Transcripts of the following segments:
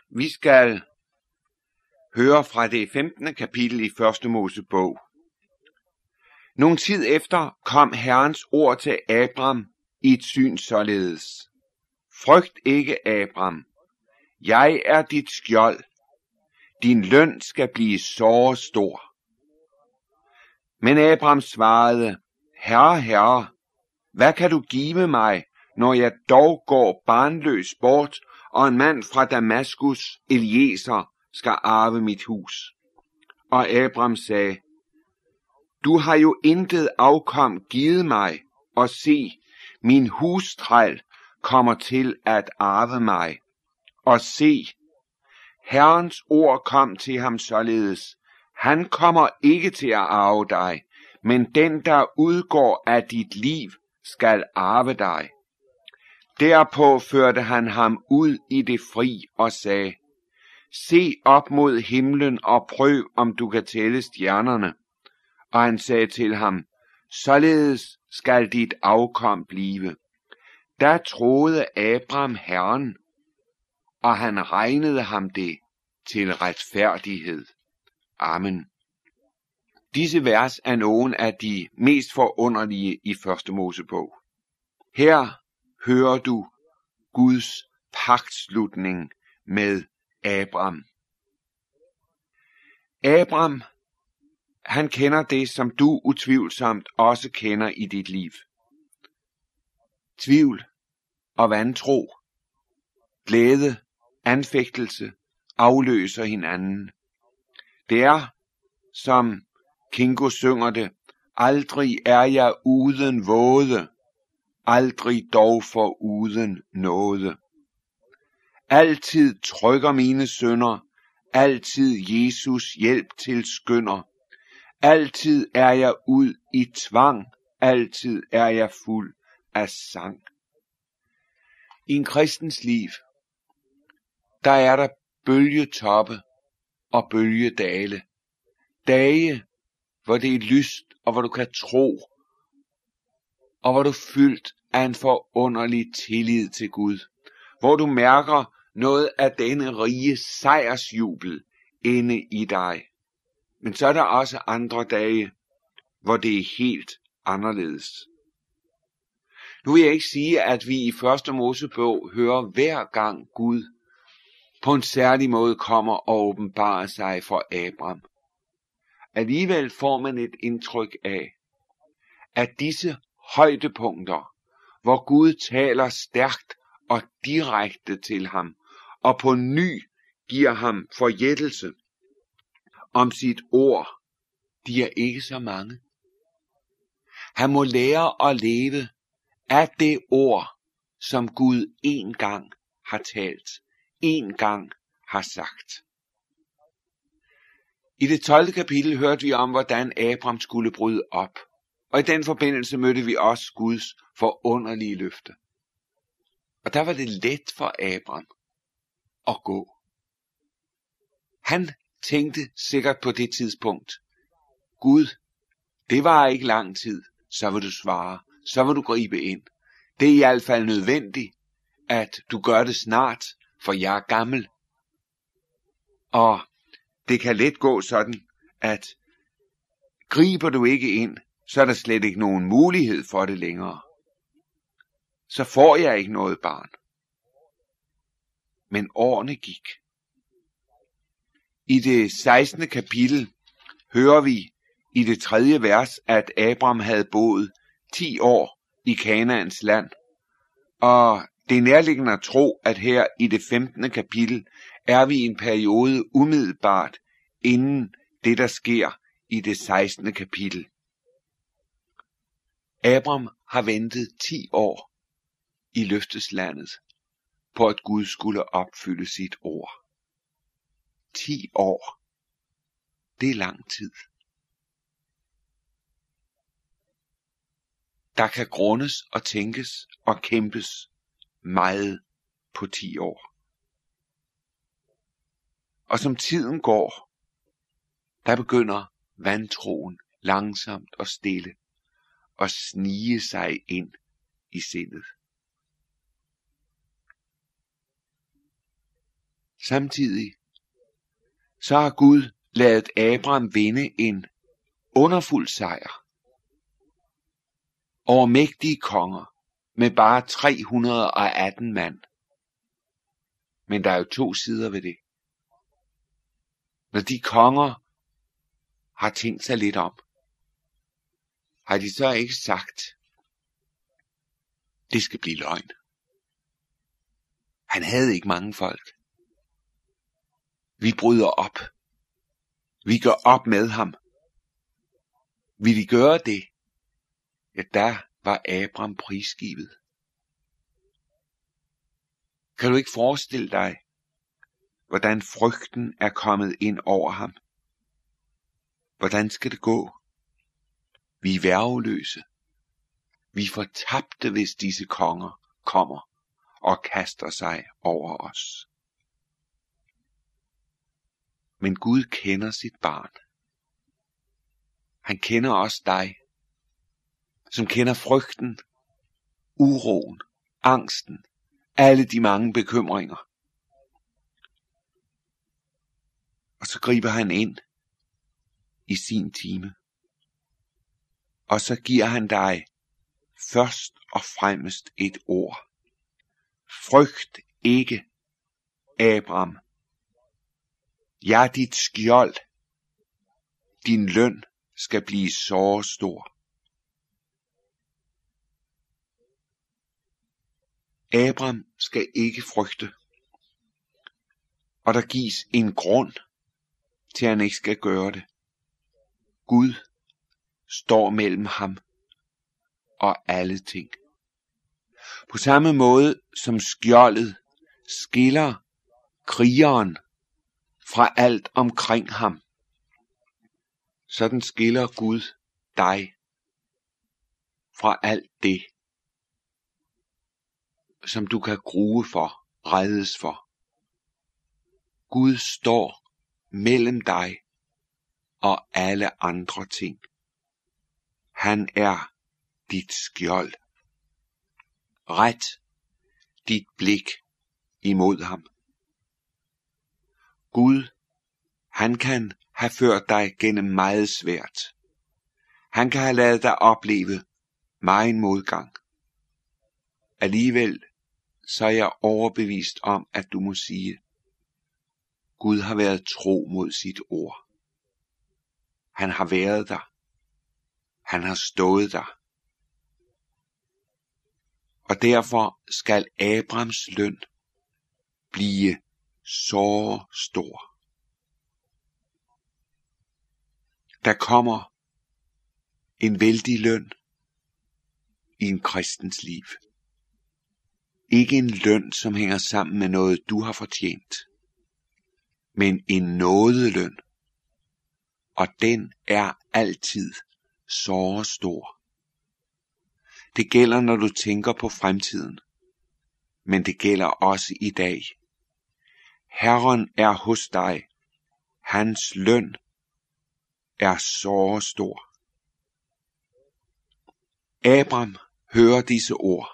Vi skal høre fra det 15. kapitel i 1. Mosebog. Nogen tid efter kom Herrens ord til Abram i et syn således. Frygt ikke, Abram. Jeg er dit skjold. Din løn skal blive såre stor. Men Abram svarede, Herre, Herre, hvad kan du give mig, når jeg dog går barnløs bort, og en mand fra Damaskus, Eliezer, skal arve mit hus? Og Abram sagde, du har jo intet afkom givet mig, og se, min hustræl kommer til at arve mig. Og se, Herrens ord kom til ham således, han kommer ikke til at arve dig, men den, der udgår af dit liv, skal arve dig. Derpå førte han ham ud i det fri og sagde, se op mod himlen og prøv, om du kan tælle stjernerne. Og han sagde til ham, således skal dit afkom blive. Der troede Abram Herren, og han regnede ham det til retfærdighed. Amen. Disse vers er nogle af de mest forunderlige i 1. Mosebog. Her hører du Guds pagtslutning med Abram. Abram, han kender det, som du utvivlsomt også kender i dit liv. Tvivl og vantro, glæde, anfægtelse afløser hinanden. Det er, som Kingo synger det, aldrig er jeg uden våde, aldrig dog for uden nåde. Altid trykker mine synder, altid Jesus hjælp til skynder. Altid er jeg ud i tvang, altid er jeg fuld af sang. I en kristens liv, der er der bølgetoppe og bølgedale. Dage, hvor det er lyst, og hvor du kan tro, og hvor du er fyldt af en forunderlig tillid til Gud. Hvor du mærker noget af denne rige sejrsjubel inde i dig. Men så er der også andre dage, hvor det er helt anderledes. Nu vil jeg ikke sige, at vi i 1. Mosebog hører hver gang Gud på en særlig måde kommer og åbenbarer sig for Abram. Alligevel får man et indtryk af, at disse højdepunkter, hvor Gud taler stærkt og direkte til ham, og på ny giver ham forjættelse om sit ord, de er ikke så mange. Han må lære at leve af det ord, som Gud en gang har talt, en gang har sagt. I det 12. kapitel hørte vi om, hvordan Abram skulle bryde op, og i den forbindelse mødte vi også Guds forunderlige løfte. Og der var det let for Abram at gå. Han tænkte sikkert på det tidspunkt, Gud, det var ikke lang tid, så vil du svare, så vil du gribe ind. Det er i hvert fald nødvendigt, at du gør det snart, for jeg er gammel. Og det kan let gå sådan, at griber du ikke ind, så er der slet ikke nogen mulighed for det længere. Så får jeg ikke noget barn. Men årene gik. I det 16. kapitel hører vi i det 3. vers, at Abram havde boet 10 år i Kanaans land. Og det er nærliggende at tro, at her i det 15. kapitel er vi i en periode umiddelbart inden det, der sker i det 16. kapitel. Abram har ventet 10 år i løfteslandet på, at Gud skulle opfylde sit ord. 10 år. Det er lang tid. Der kan grundes og tænkes og kæmpes meget på 10 år. Og som tiden går, der begynder vantroen langsomt og stille at snige sig ind i sindet. Samtidig så har Gud ladet Abraham vinde en underfuld sejr over mægtige konger med bare 318 mand. Men der er jo to sider ved det. Når de konger har tænkt sig lidt om, har de så ikke sagt, det skal blive løgn. Han havde ikke mange folk. Vi bryder op. Vi går op med ham. Vil de gøre det? Ja, der var Abraham prisgivet. Kan du ikke forestille dig, hvordan frygten er kommet ind over ham? Hvordan skal det gå? Vi er værgeløse. Vi er fortabte, hvis disse konger kommer og kaster sig over os. Men Gud kender sit barn. Han kender også dig, som kender frygten, uroen, angsten, alle de mange bekymringer. Og så griber han ind i sin time. Og så giver han dig først og fremmest et ord. Frygt ikke, Abraham. Jeg er dit skjold. Din løn skal blive så stor. Abraham skal ikke frygte. Og der gives en grund til, at han ikke skal gøre det. Gud står mellem ham og alle ting. På samme måde som skjoldet skiller krigeren fra alt omkring ham, sådan skiller Gud dig fra alt det, som du kan grue for, reddes for. Gud står mellem dig og alle andre ting. Han er dit skjold. Ret dit blik imod ham. Gud, han kan have ført dig gennem meget svært. Han kan have ladet dig opleve megen modgang. Alligevel så er jeg overbevist om, at du må sige, Gud har været tro mod sit ord. Han har været der. Han har stået der. Og derfor skal Abrahams løn blive så stor. Der kommer en vældig løn i en kristens liv. Ikke en løn, som hænger sammen med noget, du har fortjent, men en nådeløn. Og den er altid så stor. Det gælder, når du tænker på fremtiden, men det gælder også i dag. Herren er hos dig. Hans løn er så stor. Abraham hører disse ord.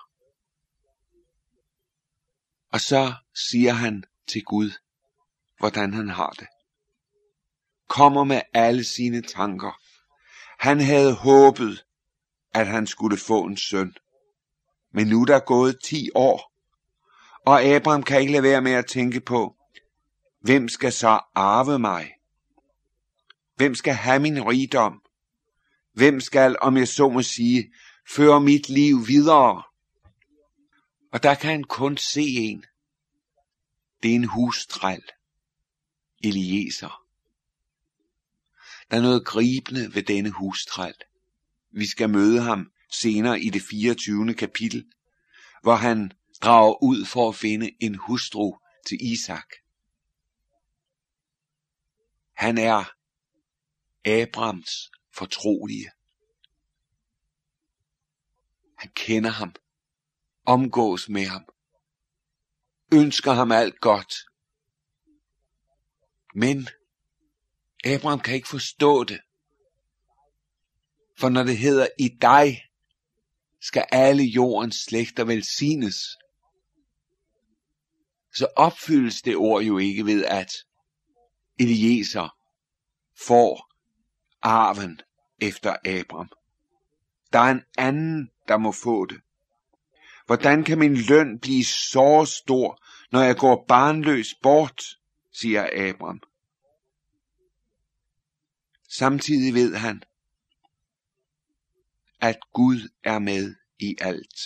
Og så siger han til Gud, hvordan han har det. Kommer med alle sine tanker. Han havde håbet, at han skulle få en søn. Men nu er der gået 10 år. Og Abraham kan ikke lade være med at tænke på, hvem skal så arve mig? Hvem skal have min rigdom? Hvem skal, om jeg så må sige, føre mit liv videre? Og der kan han kun se en. Det er en hustræl. Eliezer. Der er noget gribende ved denne hustræl. Vi skal møde ham senere i det 24. kapitel, hvor han drager ud for at finde en hustru til Isak. Han er Abrahams fortrolige. Han kender ham, omgås med ham, ønsker ham alt godt. Men Abraham kan ikke forstå det. For når det hedder, i dig skal alle jordens slægter velsignes, så opfyldes det ord jo ikke ved, at Eliezer får arven efter Abraham. Der er en anden, der må få det. Hvordan kan min løn blive så stor, når jeg går barnløs bort, siger Abraham. Samtidig ved han, at Gud er med i alt.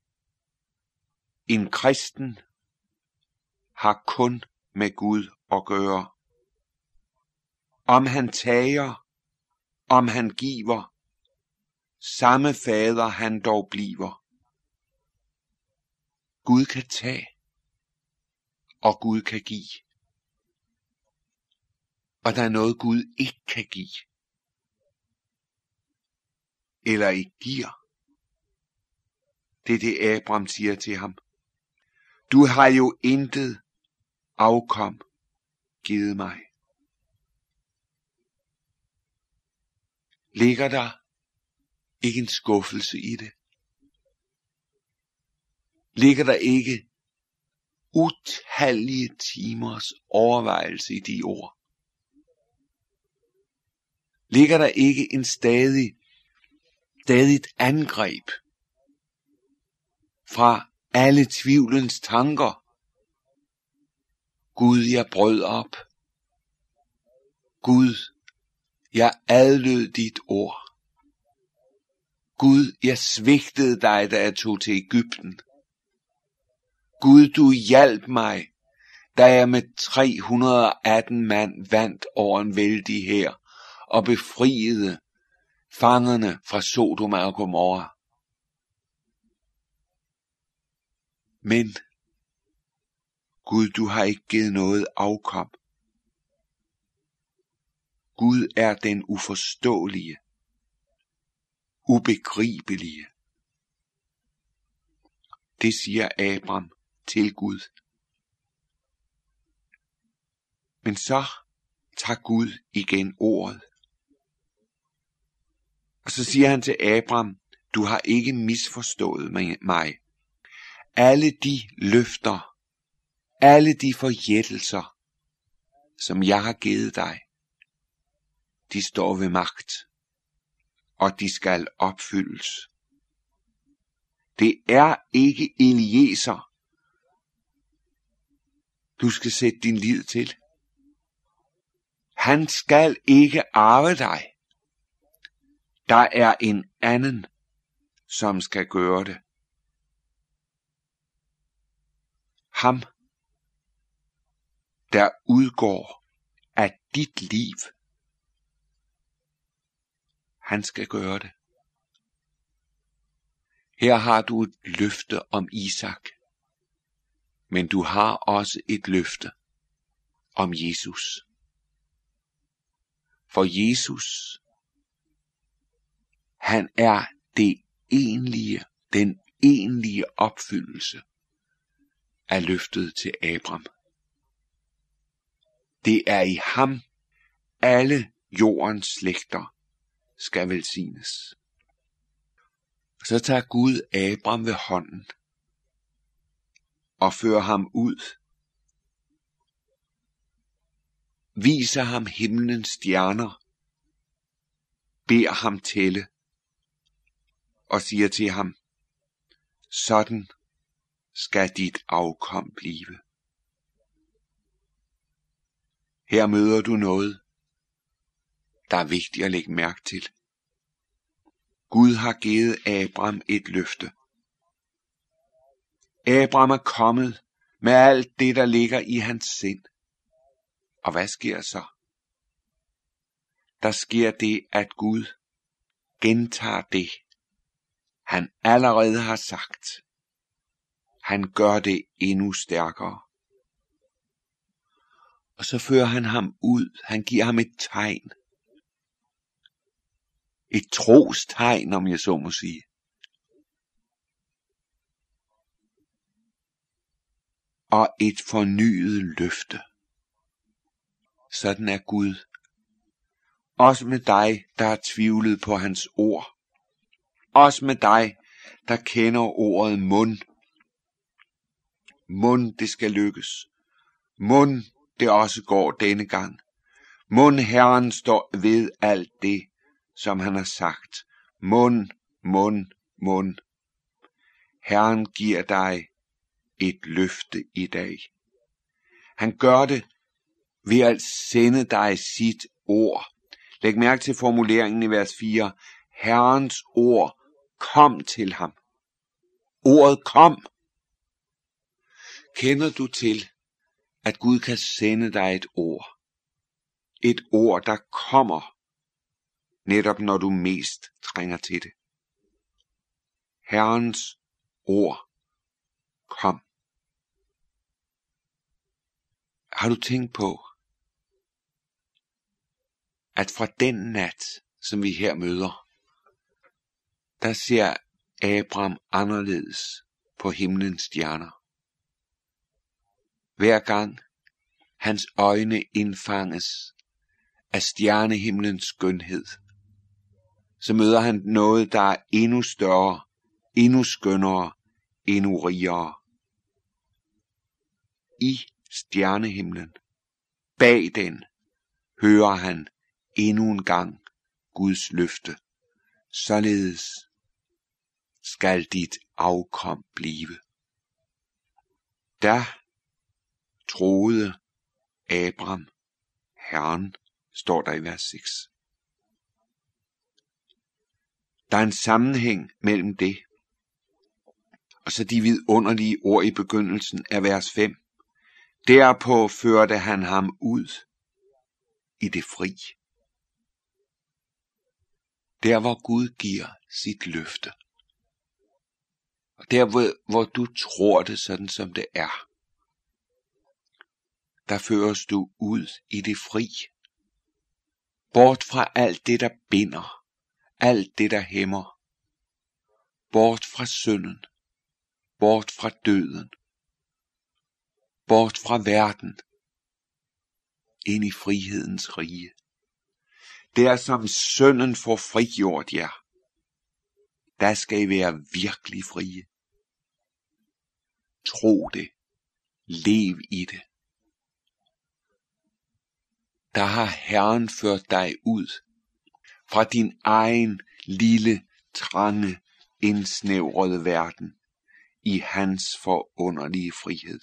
En kristen har kun med Gud at gøre. Om han tager, om han giver, samme fader han dog bliver. Gud kan tage, og Gud kan give. Og der er noget Gud ikke kan give. Eller ikke giver. Det er det Abraham siger til ham. Du har jo intet afkom givet mig. Ligger der ikke en skuffelse i det? Ligger der ikke utallige timers overvejelse i de ord? Ligger der ikke en stadigt angreb fra alle tvivlens tanker? Gud, jeg brød op. Gud, jeg adlød dit ord. Gud, jeg svigtede dig, da jeg tog til Egypten. Gud, du hjalp mig, da jeg med 318 mand vandt over en vældig hær og befriede fangerne fra Sodoma og Gomorra. Men Gud, du har ikke givet noget afkom. Gud er den uforståelige, ubegribelige. Det siger Abraham til Gud. Men så tager Gud igen ordet. Og så siger han til Abraham, du har ikke misforstået mig. Alle de løfter, alle de forjættelser, som jeg har givet dig, de står ved magt, og de skal opfyldes. Det er ikke Eliezer, du skal sætte din lid til. Han skal ikke arve dig. Der er en anden, som skal gøre det. Ham, der udgår af dit liv. Han skal gøre det. Her har du et løfte om Isak, men du har også et løfte om Jesus. For Jesus, han er den egentlige opfyldelse af løftet til Abraham. Det er i ham, alle jordens slægter skal velsignes. Så tager Gud Abraham ved hånden og fører ham ud. Viser ham himlens stjerner, beder ham tælle og siger til ham, sådan skal dit afkom blive. Her møder du noget, der er vigtigt at lægge mærke til. Gud har givet Abraham et løfte. Abraham er kommet med alt det, der ligger i hans sind. Og hvad sker så? Der sker det, at Gud gentager det, han allerede har sagt. Han gør det endnu stærkere. Og så fører han ham ud. Han giver ham et tegn. Et trostegn, om jeg så må sige. Og et fornyet løfte. Sådan er Gud. Også med dig, der har tvivlet på hans ord. Også med dig, der kender ordet mund. Mon det skal lykkes. Mon det også går denne gang. Mon Herren står ved alt det, som han har sagt. Mon. Herren giver dig et løfte i dag. Han gør det ved at sende dig sit ord. Læg mærke til formuleringen i vers 4. Herrens ord kom til ham. Ordet kom. Kender du til, at Gud kan sende dig et ord? Et ord, der kommer, netop når du mest trænger til det. Herrens ord kom. Har du tænkt på, at fra den nat, som vi her møder, der ser Abraham anderledes på himlens stjerner. Hver gang hans øjne indfanges af stjernehimlens skønhed, så møder han noget, der er endnu større, endnu skønnere, endnu rigere. I stjernehimlen, bag den, hører han endnu en gang Guds løfte. Således skal dit afkom blive. Da troede Abraham Herren, står der i vers 6. Der er en sammenhæng mellem det, og så de vidunderlige ord i begyndelsen af vers 5. Derpå førte han ham ud i det fri. Der hvor Gud giver sit løfte. Og der hvor du tror det sådan som det er. Der føres du ud i det fri. Bort fra alt det der binder. Alt det der hæmmer. Bort fra synden. Bort fra døden. Bort fra verden. Ind i frihedens rige. Der som sønnen får frigjort jer, der skal I være virkelig frie. Tro det. Lev i det. Der har Herren ført dig ud fra din egen lille, trange, indsnævrede verden i hans forunderlige frihed.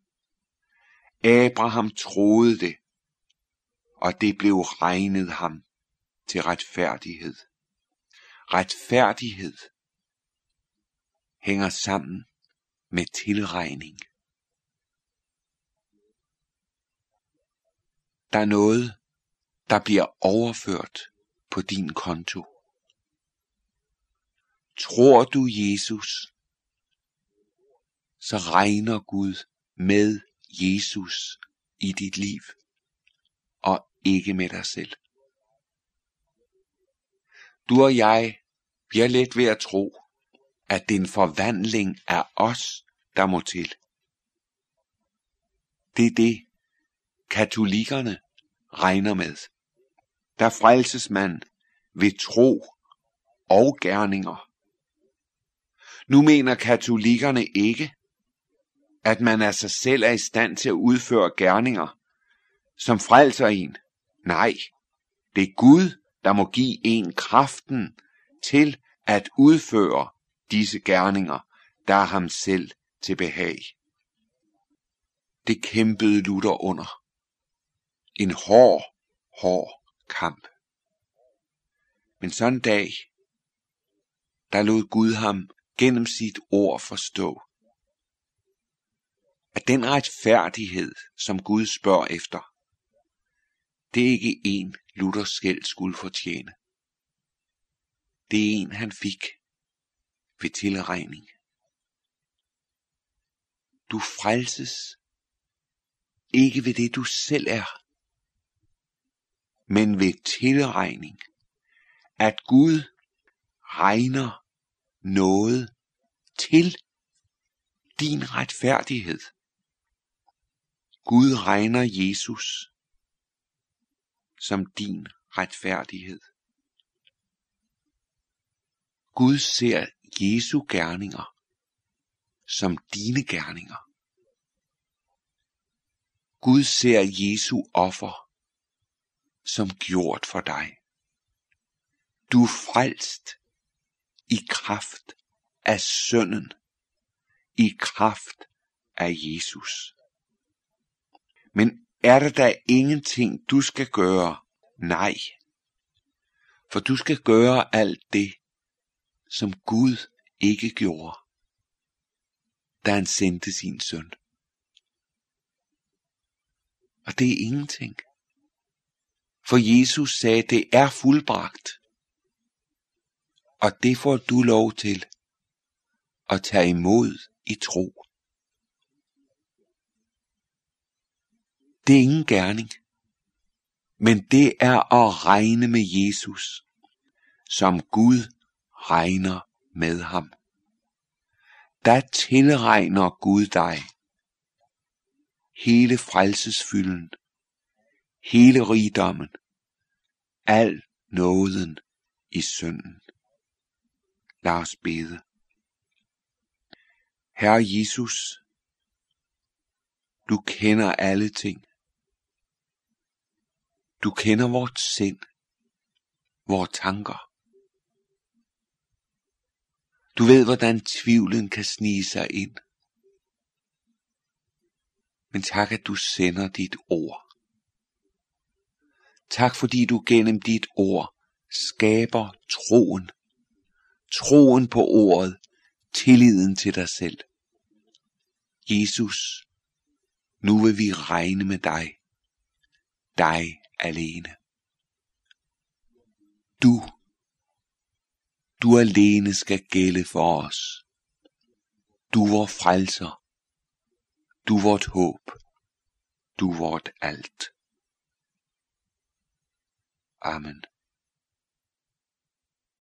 Abraham troede det, og det blev regnet ham til retfærdighed. Retfærdighed hænger sammen med tilregning. Der er noget, der bliver overført på din konto. Tror du Jesus, så regner Gud med Jesus i dit liv, og ikke med dig selv. Du og jeg bliver let ved at tro, at det er en forvandling af os, der må til. Det er det, katolikkerne regner med. Der frelses man ved tro og gerninger. Nu mener katolikkerne ikke, at man af sig selv er i stand til at udføre gerninger, som frelser en. Nej, det er Gud, der må give en kraften til at udføre disse gerninger, der er ham selv til behag. Det kæmpede Luther under. En hård kamp. Men sådan en dag, der lod Gud ham gennem sit ord forstå, at den retfærdighed, som Gud spørger efter, det er ikke en, Luther selv skulle fortjene. Det er en, han fik ved tilregning. Du frelses ikke ved det, du selv er, men ved tilregning. At Gud regner noget til din retfærdighed. Gud regner Jesus som din retfærdighed. Gud ser Jesu gerninger som dine gerninger. Gud ser Jesu offer som gjort for dig. Du er frelst i kraft af Sønnen, i kraft af Jesus. Men er der da ingenting, du skal gøre? Nej. For du skal gøre alt det, som Gud ikke gjorde, da han sendte sin søn. Og det er ingenting. For Jesus sagde, det er fuldbragt. Og det får du lov til at tage imod i tro. Det er ingen gerning, men det er at regne med Jesus, som Gud regner med ham. Der tilregner Gud dig hele frelsesfylden, hele rigdommen, al nåden i synden. Lad os bede. Herre Jesus, du kender alle ting. Du kender vort sind, vore tanker. Du ved, hvordan tvivlen kan snige sig ind. Men tak, at du sender dit ord. Tak, fordi du gennem dit ord skaber troen. Troen på ordet, tilliden til dig selv. Jesus, nu vil vi regne med dig. Dig alene. Du alene skal gælde for os. Du vor frelser. Du vort håb. Du vort alt. Amen.